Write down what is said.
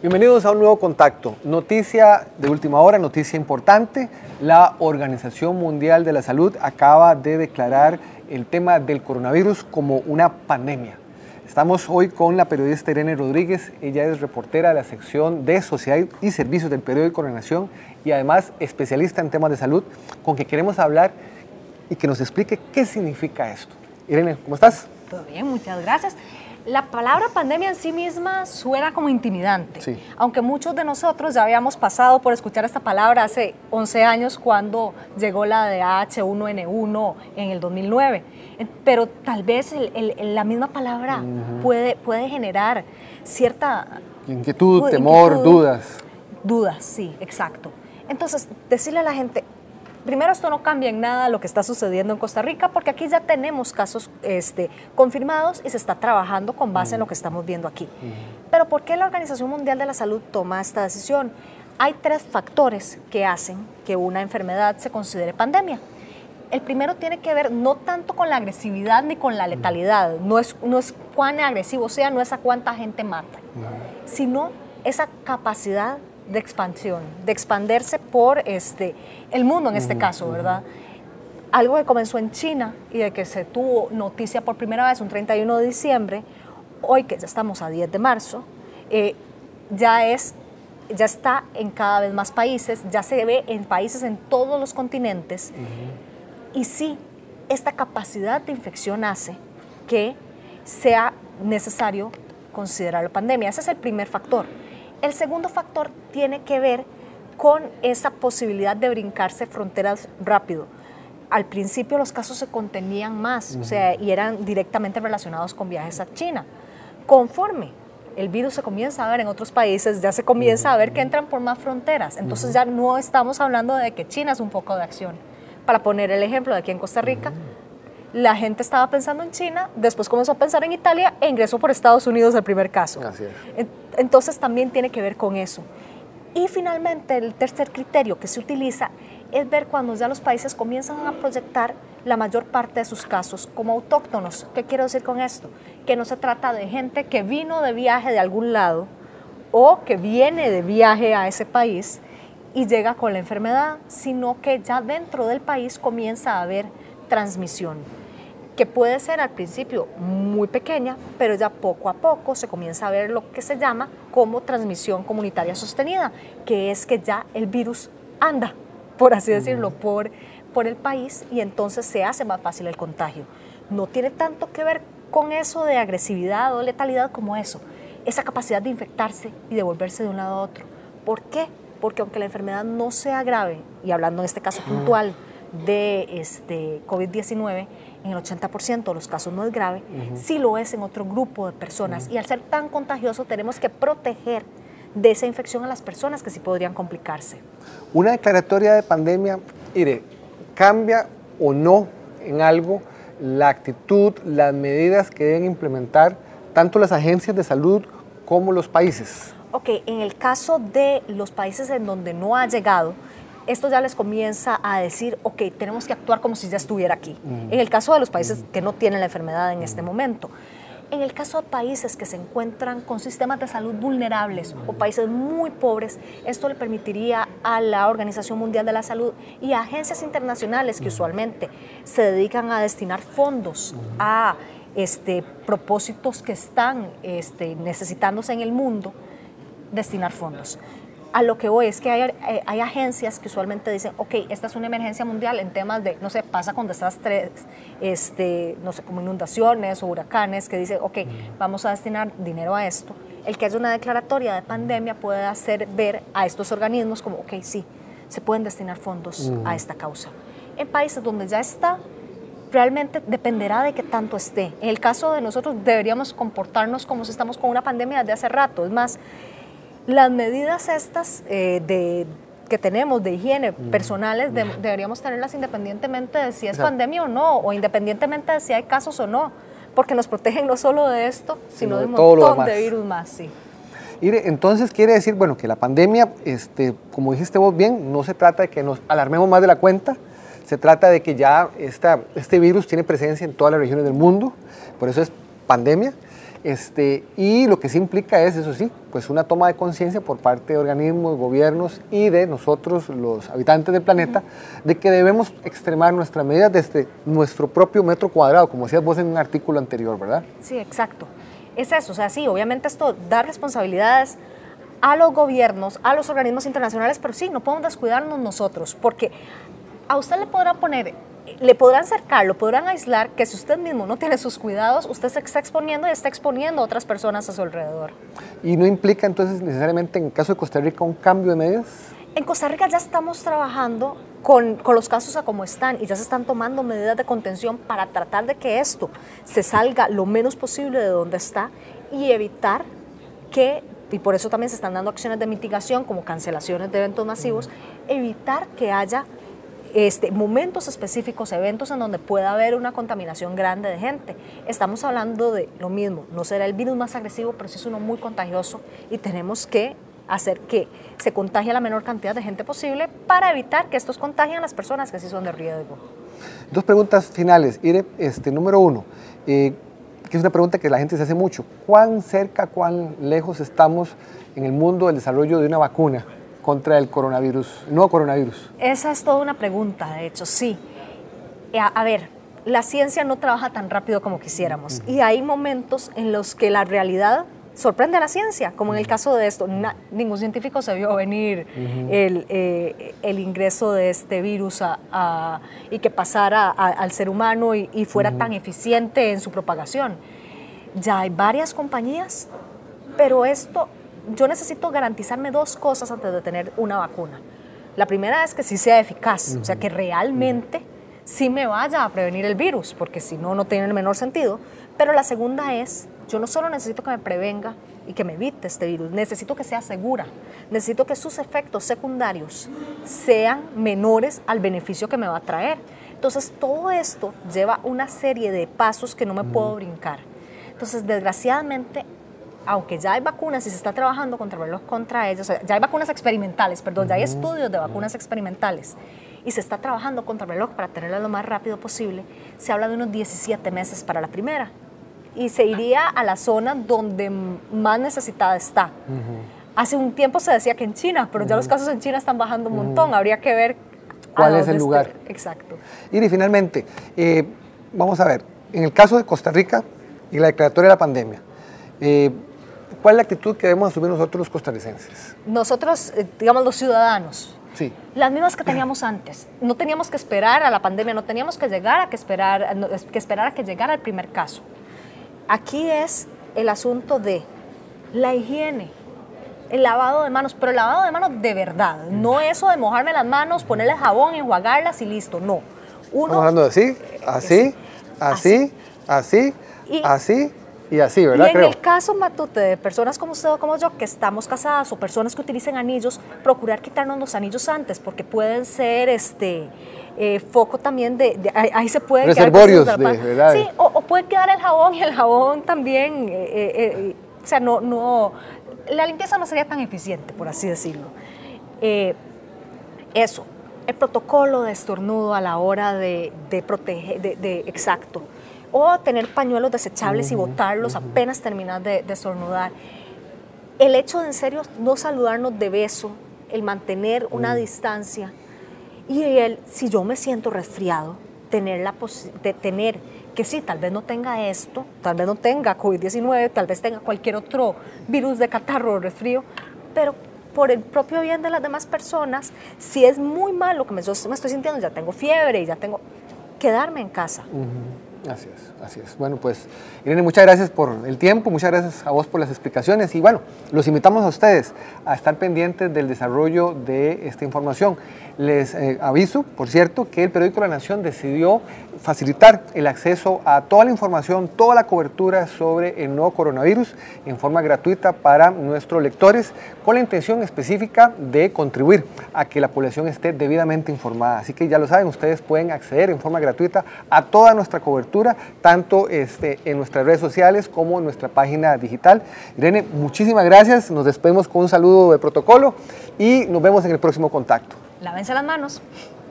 Bienvenidos a un nuevo contacto. Noticia de última hora, noticia importante. La Organización Mundial de la Salud acaba de declarar el tema del coronavirus como una pandemia. Estamos hoy con la periodista Irene Rodríguez. Ella es reportera de la sección de Sociedad y Servicios del periódico La Nación y además especialista en temas de salud, con quien queremos hablar y que nos explique qué significa esto. Irene, ¿cómo estás? Todo bien, muchas gracias. La palabra pandemia en sí misma suena como intimidante, sí. Aunque muchos de nosotros ya habíamos pasado por escuchar esta palabra hace 11 años cuando llegó la de H1N1 en el 2009. Pero tal vez la misma palabra puede generar cierta inquietud, temor, dudas. Dudas, sí, exacto. Entonces, decirle a la gente, primero, esto no cambia en nada lo que está sucediendo en Costa Rica, porque aquí ya tenemos casos confirmados y se está trabajando con base en lo que estamos viendo aquí. Pero ¿por qué la Organización Mundial de la Salud toma esta decisión? Hay 3 factores que hacen que una enfermedad se considere pandemia. El primero tiene que ver no tanto con la agresividad ni con la letalidad, no es cuán agresivo sea, no es a cuánta gente mata, sino esa capacidad de expansión, de expandirse por el mundo en este caso, ¿verdad? Algo que comenzó en China y de que se tuvo noticia por primera vez un 31 de diciembre, hoy que ya estamos a 10 de marzo, ya está en cada vez más países, ya se ve en países en todos los continentes, y sí, esta capacidad de infección hace que sea necesario considerar la pandemia. Ese es el primer factor. El segundo factor tiene que ver con esa posibilidad de brincarse fronteras rápido. Al principio los casos se contenían más, y eran directamente relacionados con viajes a China. Conforme el virus se comienza a ver en otros países, ya se comienza a ver que entran por más fronteras. Entonces ya no estamos hablando de que China es un foco de acción. Para poner el ejemplo de aquí en Costa Rica, la gente estaba pensando en China, después comenzó a pensar en Italia e ingresó por Estados Unidos el primer caso. Así es. Entonces también tiene que ver con eso. Y finalmente el tercer criterio que se utiliza es ver cuando ya los países comienzan a proyectar la mayor parte de sus casos como autóctonos. ¿Qué quiero decir con esto? Que no se trata de gente que vino de viaje de algún lado o que viene de viaje a ese país y llega con la enfermedad, sino que ya dentro del país comienza a haber transmisión, que puede ser al principio muy pequeña, pero ya poco a poco se comienza a ver lo que se llama como transmisión comunitaria sostenida, que es que ya el virus anda, por así decirlo, por el país, y entonces se hace más fácil el contagio. No tiene tanto que ver con eso de agresividad o letalidad como eso, esa capacidad de infectarse y de volverse de un lado a otro. ¿Por qué? Porque aunque la enfermedad no sea grave, y hablando en este caso puntual de COVID-19, en el 80% de los casos no es grave, sí lo es en otro grupo de personas. Y al ser tan contagioso tenemos que proteger de esa infección a las personas que sí podrían complicarse. Una declaratoria de pandemia, mire, ¿cambia o no en algo la actitud, las medidas que deben implementar tanto las agencias de salud como los países? Ok, en el caso de los países en donde no ha llegado, esto ya les comienza a decir, ok, tenemos que actuar como si ya estuviera aquí. En el caso de los países que no tienen la enfermedad en este momento. En el caso de países que se encuentran con sistemas de salud vulnerables o países muy pobres, esto le permitiría a la Organización Mundial de la Salud y a agencias internacionales que usualmente se dedican a destinar fondos a propósitos que están necesitándose en el mundo, destinar fondos. A lo que voy es que hay agencias que usualmente dicen, ok, esta es una emergencia mundial en temas de, no sé, pasa con desastres, no sé, como inundaciones o huracanes, que dicen, ok, vamos a destinar dinero a esto. El que haya una declaratoria de pandemia puede hacer ver a estos organismos como, ok, sí, se pueden destinar fondos a esta causa. En países donde ya está, realmente dependerá de qué tanto esté. En el caso de nosotros deberíamos comportarnos como si estamos con una pandemia desde hace rato. Es más, las medidas estas que tenemos de higiene personales deberíamos tenerlas independientemente de si es pandemia o no, o independientemente de si hay casos o no, porque nos protegen no solo de esto, sino de un montón de virus más. Sí. Entonces quiere decir, bueno, que la pandemia, como dijiste vos bien, no se trata de que nos alarmemos más de la cuenta, se trata de que ya este virus tiene presencia en todas las regiones del mundo, por eso es pandemia. Y lo que sí implica es, eso sí, pues una toma de conciencia por parte de organismos, gobiernos y de nosotros, los habitantes del planeta, de que debemos extremar nuestras medidas desde nuestro propio metro cuadrado, como decías vos en un artículo anterior, ¿verdad? Sí, exacto. Es eso, o sea, sí, obviamente esto da responsabilidades a los gobiernos, a los organismos internacionales, pero sí, no podemos descuidarnos nosotros, porque a usted le podrán poner, le podrán cercar, lo podrán aislar, que si usted mismo no tiene sus cuidados, usted se está exponiendo y está exponiendo a otras personas a su alrededor. ¿Y no implica entonces necesariamente en el caso de Costa Rica un cambio de medidas? En Costa Rica ya estamos trabajando con los casos a como están y ya se están tomando medidas de contención para tratar de que esto se salga lo menos posible de donde está y evitar que, y por eso también se están dando acciones de mitigación como cancelaciones de eventos masivos, evitar que haya momentos específicos, eventos en donde pueda haber una contaminación grande de gente. Estamos hablando de lo mismo, no será el virus más agresivo, pero sí es uno muy contagioso y tenemos que hacer que se contagie la menor cantidad de gente posible para evitar que estos contagien a las personas que sí son de riesgo. Dos preguntas finales. Ire, número uno, que es una pregunta que la gente se hace mucho. ¿Cuán cerca, cuán lejos estamos en el mundo del desarrollo de una vacuna contra el coronavirus, no coronavirus? Esa es toda una pregunta, de hecho, sí. A ver, la ciencia no trabaja tan rápido como quisiéramos y hay momentos en los que la realidad sorprende a la ciencia, como en el caso de esto. Ningún científico se vio venir el ingreso de este virus y que pasara al ser humano y fuera tan eficiente en su propagación. Ya hay varias compañías, pero esto, yo necesito garantizarme dos cosas antes de tener una vacuna. La primera es que sí sea eficaz, o sea, que realmente sí me vaya a prevenir el virus, porque si no, no tiene el menor sentido. Pero la segunda es, yo no solo necesito que me prevenga y que me evite este virus, necesito que sea segura, necesito que sus efectos secundarios sean menores al beneficio que me va a traer. Entonces, todo esto lleva una serie de pasos que no me puedo brincar. Entonces, desgraciadamente, aunque ya hay vacunas y se está trabajando contra ellos, o sea, ya hay vacunas experimentales, perdón, ya hay estudios de vacunas experimentales y se está trabajando contra el reloj para tenerla lo más rápido posible, se habla de unos 17 meses para la primera y se iría a la zona donde más necesitada está. Hace un tiempo se decía que en China, pero ya los casos en China están bajando un montón, habría que ver cuál es el lugar. Exacto. Y finalmente, vamos a ver, en el caso de Costa Rica y la declaratoria de la pandemia, ¿cuál es la actitud que debemos asumir nosotros los costarricenses? Nosotros, digamos los ciudadanos, sí. Las mismas que teníamos antes. No teníamos que esperar a la pandemia, no teníamos que esperar a que llegara el primer caso. Aquí es el asunto de la higiene, el lavado de manos, pero el lavado de manos de verdad, no eso de mojarme las manos, ponerle jabón, enjuagarlas y listo, no. Estamos hablando de así, así y así, ¿verdad? Y en el caso, Matute, de personas como usted o como yo, que estamos casadas o personas que utilicen anillos, procurar quitarnos los anillos antes, porque pueden ser foco también ahí se puede reservorios ¿verdad? Sí, o puede quedar el jabón y el jabón también, o sea, la limpieza no sería tan eficiente, por así decirlo. Eso, el protocolo de estornudo a la hora de proteger, exacto. O tener pañuelos desechables y botarlos apenas terminas de estornudar. El hecho de en serio no saludarnos de beso, el mantener una distancia y si yo me siento resfriado, tener que sí, tal vez no tenga esto, tal vez no tenga COVID-19, tal vez tenga cualquier otro virus de catarro o resfrío, pero por el propio bien de las demás personas, si es muy malo que yo me estoy sintiendo, ya tengo fiebre y ya tengo, quedarme en casa. Así es. Bueno, pues, Irene, muchas gracias por el tiempo, muchas gracias a vos por las explicaciones y bueno, los invitamos a ustedes a estar pendientes del desarrollo de esta información. Les aviso, por cierto, que el periódico La Nación decidió facilitar el acceso a toda la información, toda la cobertura sobre el nuevo coronavirus en forma gratuita para nuestros lectores, con la intención específica de contribuir a que la población esté debidamente informada. Así que ya lo saben, ustedes pueden acceder en forma gratuita a toda nuestra cobertura, tanto en nuestras redes sociales como en nuestra página digital. Irene, muchísimas gracias, nos despedimos con un saludo de protocolo y nos vemos en el próximo contacto. Lávense las manos.